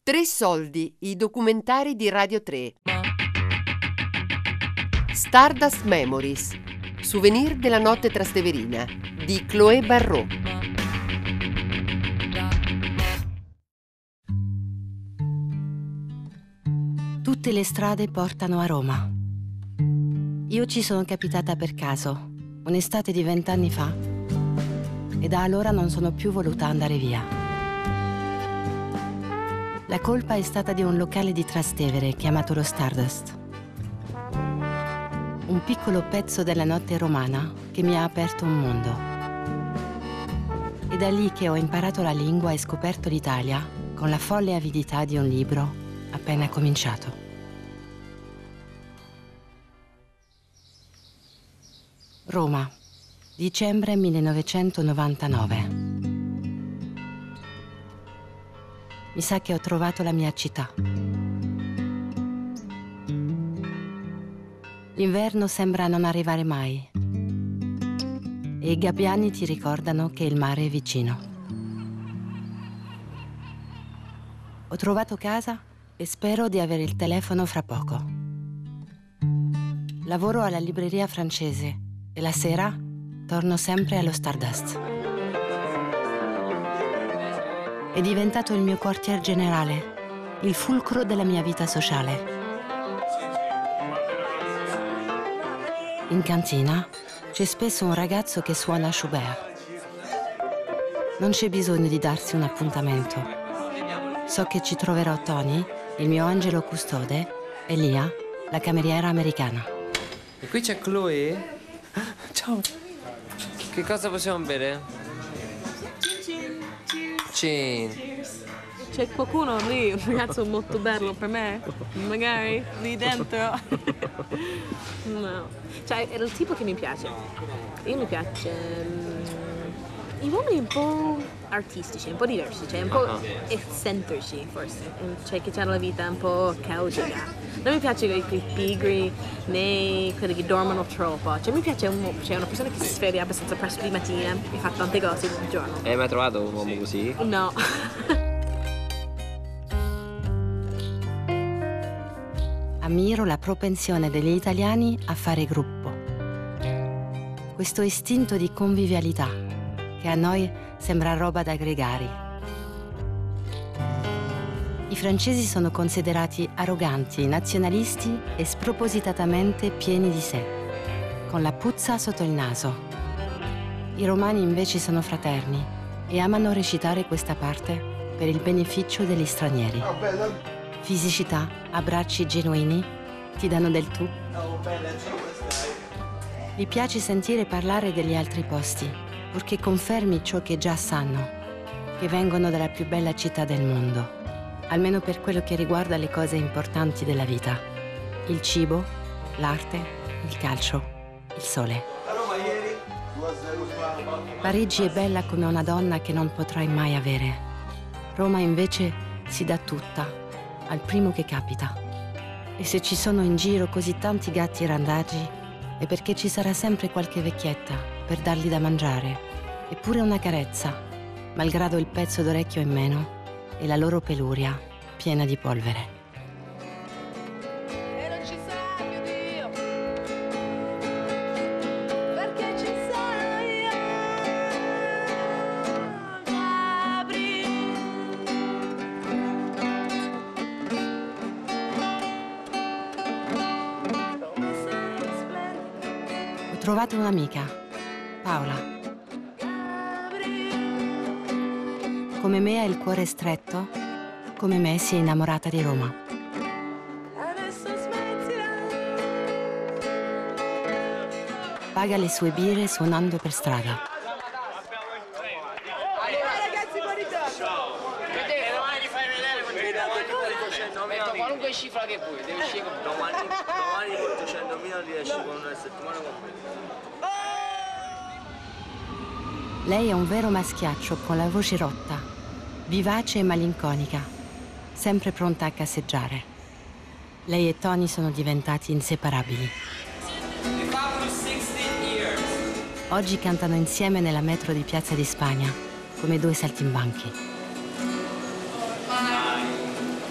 Tre soldi, i documentari di Radio 3. Stardust Memories, souvenir della notte trasteverina di Chloé Barrault. Tutte le strade portano a Roma. Io ci sono capitata per caso, un'estate di 20 anni fa, e da allora non sono più voluta andare via. La colpa è stata di un locale di Trastevere chiamato lo Stardust. Un piccolo pezzo della notte romana che mi ha aperto un mondo. È da lì che ho imparato la lingua e scoperto l'Italia con la folle avidità di un libro appena cominciato. Roma, dicembre 1999. Mi sa che ho trovato la mia città. L'inverno sembra non arrivare mai e i gabbiani ti ricordano che il mare è vicino. Ho trovato casa e spero di avere il telefono fra poco. Lavoro alla libreria francese e la sera torno sempre allo Stardust. È diventato il mio quartier generale, il fulcro della mia vita sociale. In cantina c'è spesso un ragazzo che suona Schubert. Non c'è bisogno di darsi un appuntamento. So che ci troverò Tony, il mio angelo custode, e Lia, la cameriera americana. E qui c'è Chloé. Ciao. Che cosa possiamo bere? C'è qualcuno lì, un ragazzo molto bello per me? Magari lì dentro? No. Cioè, è il tipo che mi piace. Io mi piace i uomini un po' artistici, un po' diversi, cioè un po' eccentrici forse, cioè che hanno la vita un po' caotica. Non mi piace quei pigri né quelli che dormono troppo, cioè mi piace una persona che si sveglia abbastanza presto di mattina e fa tante cose di giorno. Hai mai trovato un uomo così? No. Ammiro la propensione degli italiani a fare gruppo. Questo istinto di convivialità che a noi sembra roba da gregari. I francesi sono considerati arroganti, nazionalisti e spropositatamente pieni di sé, con la puzza sotto il naso. I romani invece sono fraterni e amano recitare questa parte per il beneficio degli stranieri. Fisicità, abbracci genuini, ti danno del tu. Gli piace sentire parlare degli altri posti, purché confermi ciò che già sanno, che vengono dalla più bella città del mondo, almeno per quello che riguarda le cose importanti della vita: il cibo, l'arte, il calcio, il sole. Parigi è bella come una donna che non potrai mai avere. Roma invece si dà tutta al primo che capita. E se ci sono in giro così tanti gatti randagi, è perché ci sarà sempre qualche vecchietta per dargli da mangiare, eppure una carezza, malgrado il pezzo d'orecchio in meno e la loro peluria piena di polvere. E non ci sarà più Dio, perché ci sarò io. Apri. Ho trovato un'amica, Paola. Come me ha il cuore stretto, come me si è innamorata di Roma. Paga le sue birre suonando per strada. Ragazzi, buoni giorno. Vedete, domani fai vedere qualunque cifra che vuoi, devi uscire con domani porto 100.000 riesci con una settimana completa. Lei è un vero maschiaccio con la voce rotta, vivace e malinconica, sempre pronta a casseggiare. Lei e Tony sono diventati inseparabili. Oggi cantano insieme nella metro di Piazza di Spagna, come due saltimbanchi.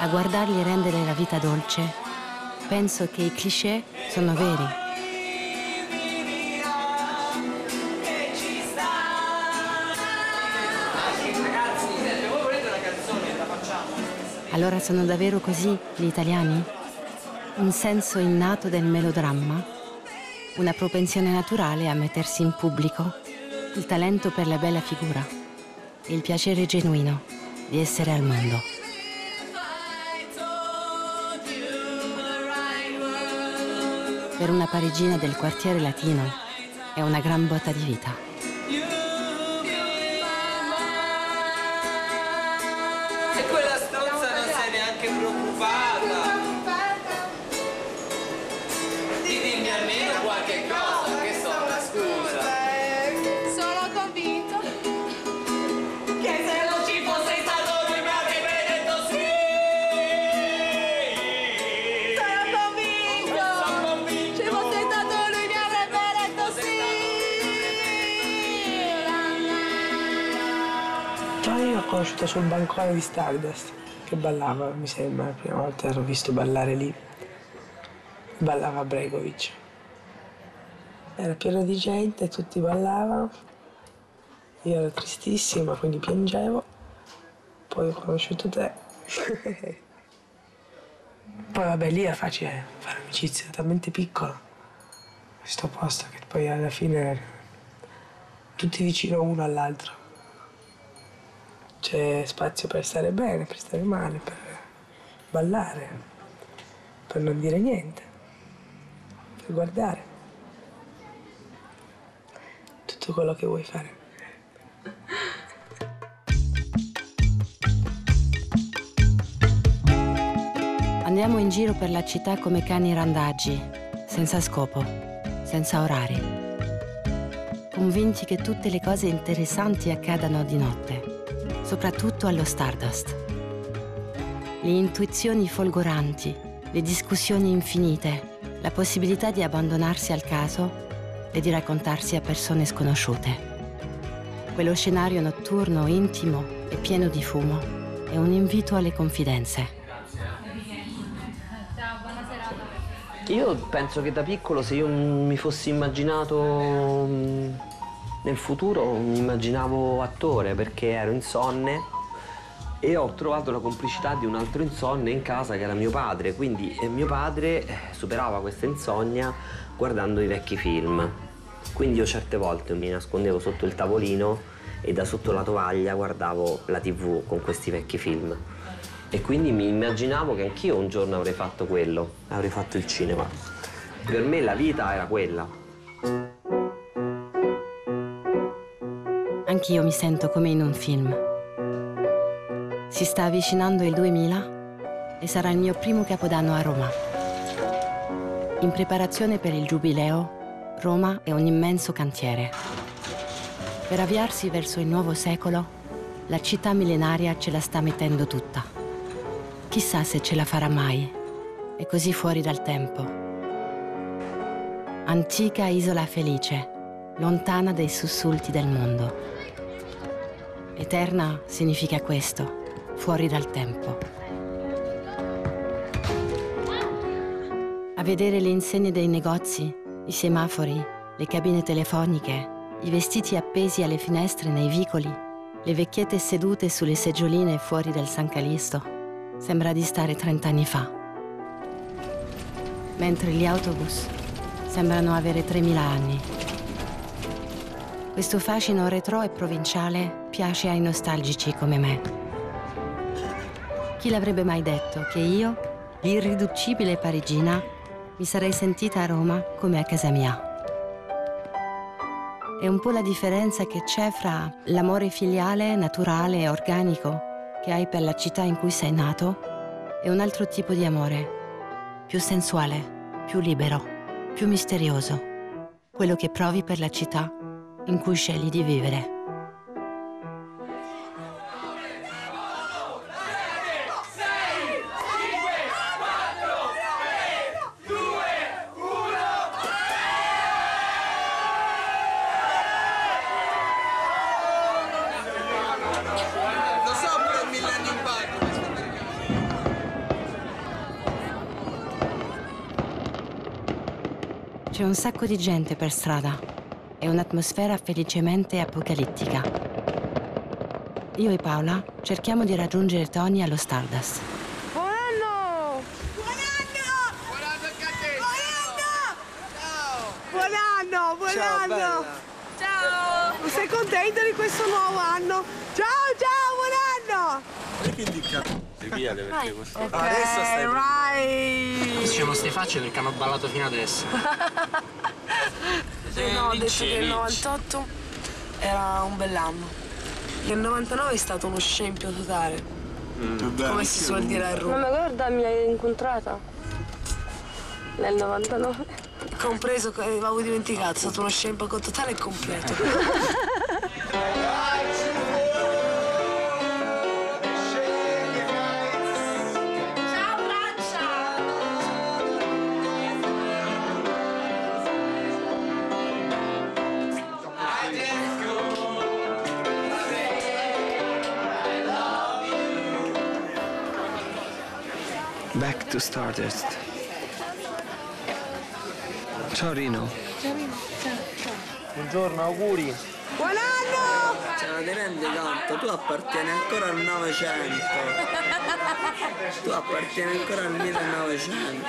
A guardarli rendere la vita dolce, penso che i cliché sono veri. Allora sono davvero così gli italiani? Un senso innato del melodramma? Una propensione naturale a mettersi in pubblico? Il talento per la bella figura? E il piacere genuino di essere al mondo? Per una parigina del quartiere latino è una gran botta di vita. E quella stronza non sei neanche preoccupata. Dimmi almeno qualche cosa, che so, una scusa. Sono convinto Che se non ci fosse stato lui mi avrebbe detto sì. Sono convinto Se fosse stato lui mi avrebbe detto sì. Ma io l'ho conosciuta sul bancone di Stardust, che ballava, mi sembra, la prima volta l'ho visto ballare lì. Ballava Bregovic. Era pieno di gente, tutti ballavano. Io ero tristissima, quindi piangevo. Poi ho conosciuto te. Poi vabbè, lì era facile fare amicizia, talmente piccolo questo posto che poi alla fine tutti vicino uno all'altro. C'è spazio per stare bene, per stare male, per ballare, per non dire niente, per guardare. Tutto quello che vuoi fare. Andiamo in giro per la città come cani randaggi, senza scopo, senza orari. Convinti che tutte le cose interessanti accadano di notte, soprattutto allo Stardust. Le intuizioni folgoranti, le discussioni infinite, la possibilità di abbandonarsi al caso e di raccontarsi a persone sconosciute. Quello scenario notturno, intimo e pieno di fumo è un invito alle confidenze. Io penso che da piccolo, se io mi fossi immaginato nel futuro, mi immaginavo attore, perché ero insonne e ho trovato la complicità di un altro insonne in casa che era mio padre. Quindi mio padre superava questa insonnia guardando i vecchi film. Quindi io certe volte mi nascondevo sotto il tavolino e da sotto la tovaglia guardavo la TV con questi vecchi film. E quindi mi immaginavo che anch'io un giorno avrei fatto quello, avrei fatto il cinema. Per me la vita era quella. Anch'io mi sento come in un film. Si sta avvicinando il 2000 e sarà il mio primo Capodanno a Roma. In preparazione per il Giubileo, Roma è un immenso cantiere. Per avviarsi verso il nuovo secolo, la città millenaria ce la sta mettendo tutta. Chissà se ce la farà mai. È così fuori dal tempo. Antica isola felice, lontana dai sussulti del mondo. Eterna significa questo, fuori dal tempo. A vedere le insegne dei negozi, i semafori, le cabine telefoniche, i vestiti appesi alle finestre nei vicoli, le vecchiette sedute sulle seggioline fuori del San Calisto. Sembra di stare 30 anni fa. Mentre gli autobus sembrano avere 3000 anni. Questo fascino retro e provinciale piace ai nostalgici come me. Chi l'avrebbe mai detto che io, l'irriducibile parigina, mi sarei sentita a Roma come a casa mia? È un po' la differenza che c'è fra l'amore filiale, naturale e organico che hai per la città in cui sei nato e un altro tipo di amore, più sensuale, più libero, più misterioso, quello che provi per la città in cui scegli di vivere. C'è un sacco di gente per strada e un'atmosfera felicemente apocalittica. Io e Paola cerchiamo di raggiungere Tony allo Stardust. Buon anno! Buon anno! Buon anno anche a te! Buon anno! Buon anno! Ciao, Ciao! Sei contento di questo nuovo anno? Ciao, buon anno! Adesso stai... Right! Ci sono ste facce perché hanno ballato fino adesso. No, ho detto che il 98 era un bell'anno. Il 99 è stato uno scempio totale. Come si suol dire a Roma. Ma guarda, mi hai incontrata nel 99. Compreso che avevo dimenticato, è stato uno scempio totale e completo. Back to Stardust. Ciao Rino. Buongiorno, auguri. Buon anno! Cioè, non ti rendi conto? Tu appartieni ancora al Novecento. Tu appartieni ancora al 1900.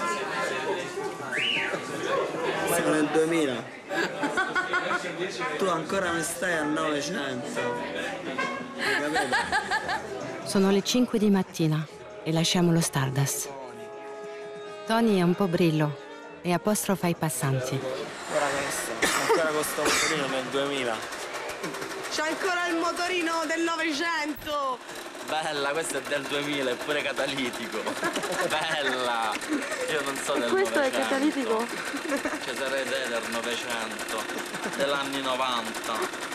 Siamo nel 2000. Tu ancora non stai al Novecento. Capito? Sono le 5 di mattina e lasciamo lo Stardust. Tony è un po' brillo e apostrofa i passanti. Ora questo, ancora con sto motorino nel 2000. C'è ancora il motorino del Novecento! Bella, questo è del 2000, è pure catalitico. Bella! Io non so del Questo è 900. catalitico? Cesare Re del 900, dell'anni 90.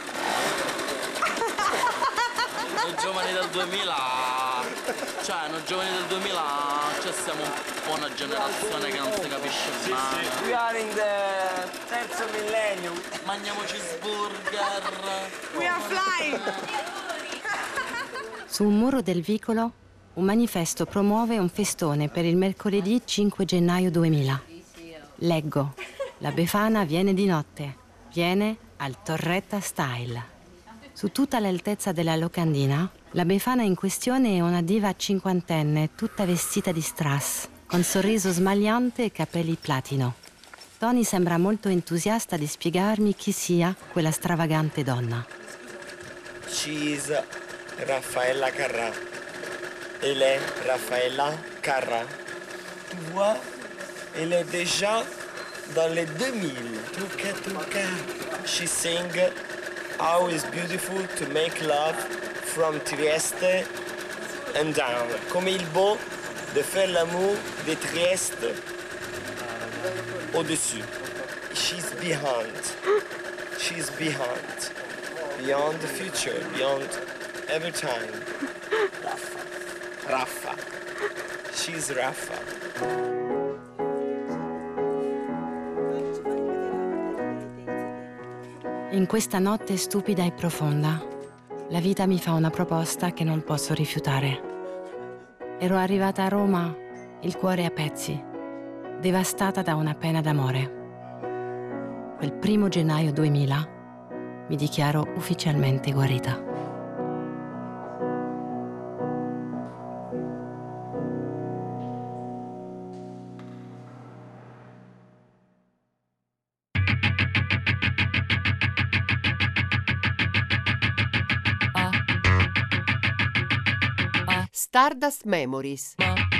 Noi giovani del 2000, cioè noi giovani del 2000, cioè siamo un po' una generazione che non si capisce mai. We are in the terzo millennium. Mangiamo cheeseburger. We are flying! Su un muro del vicolo, un manifesto promuove un festone per il mercoledì 5 gennaio 2000. Leggo: la Befana viene di notte, viene al Torretta Style. Su tutta l'altezza della locandina, la Befana in questione è una diva cinquantenne, tutta vestita di strass, con sorriso smagliante e capelli platino. Tony sembra molto entusiasta di spiegarmi chi sia quella stravagante donna. She's Raffaella Carrà. Elle est Raffaella Carrà. Tu vois, elle est déjà dans les 2000. Trucca, trucca. She sing How is beautiful to make love from Trieste and down. Comme il beau de faire l'amour de Trieste au-dessus. She's behind. She's behind. Beyond the future, beyond every time. Raffa. She's Raffa. In questa notte stupida e profonda, la vita mi fa una proposta che non posso rifiutare. Ero arrivata a Roma, il cuore a pezzi, devastata da una pena d'amore. Quel 1 gennaio 2000 mi dichiaro ufficialmente guarita. Stardust Memories.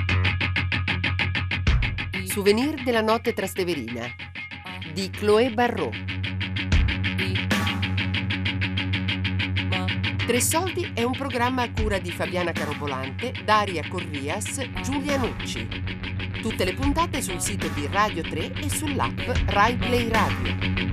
Souvenir della notte trasteverina di Chloé Barrault. Tre Soldi è un programma a cura di Fabiana Carobolante, Daria Corrias, Giulia Nucci. Tutte le puntate sul sito di Radio 3 e sull'app Rai Play Radio.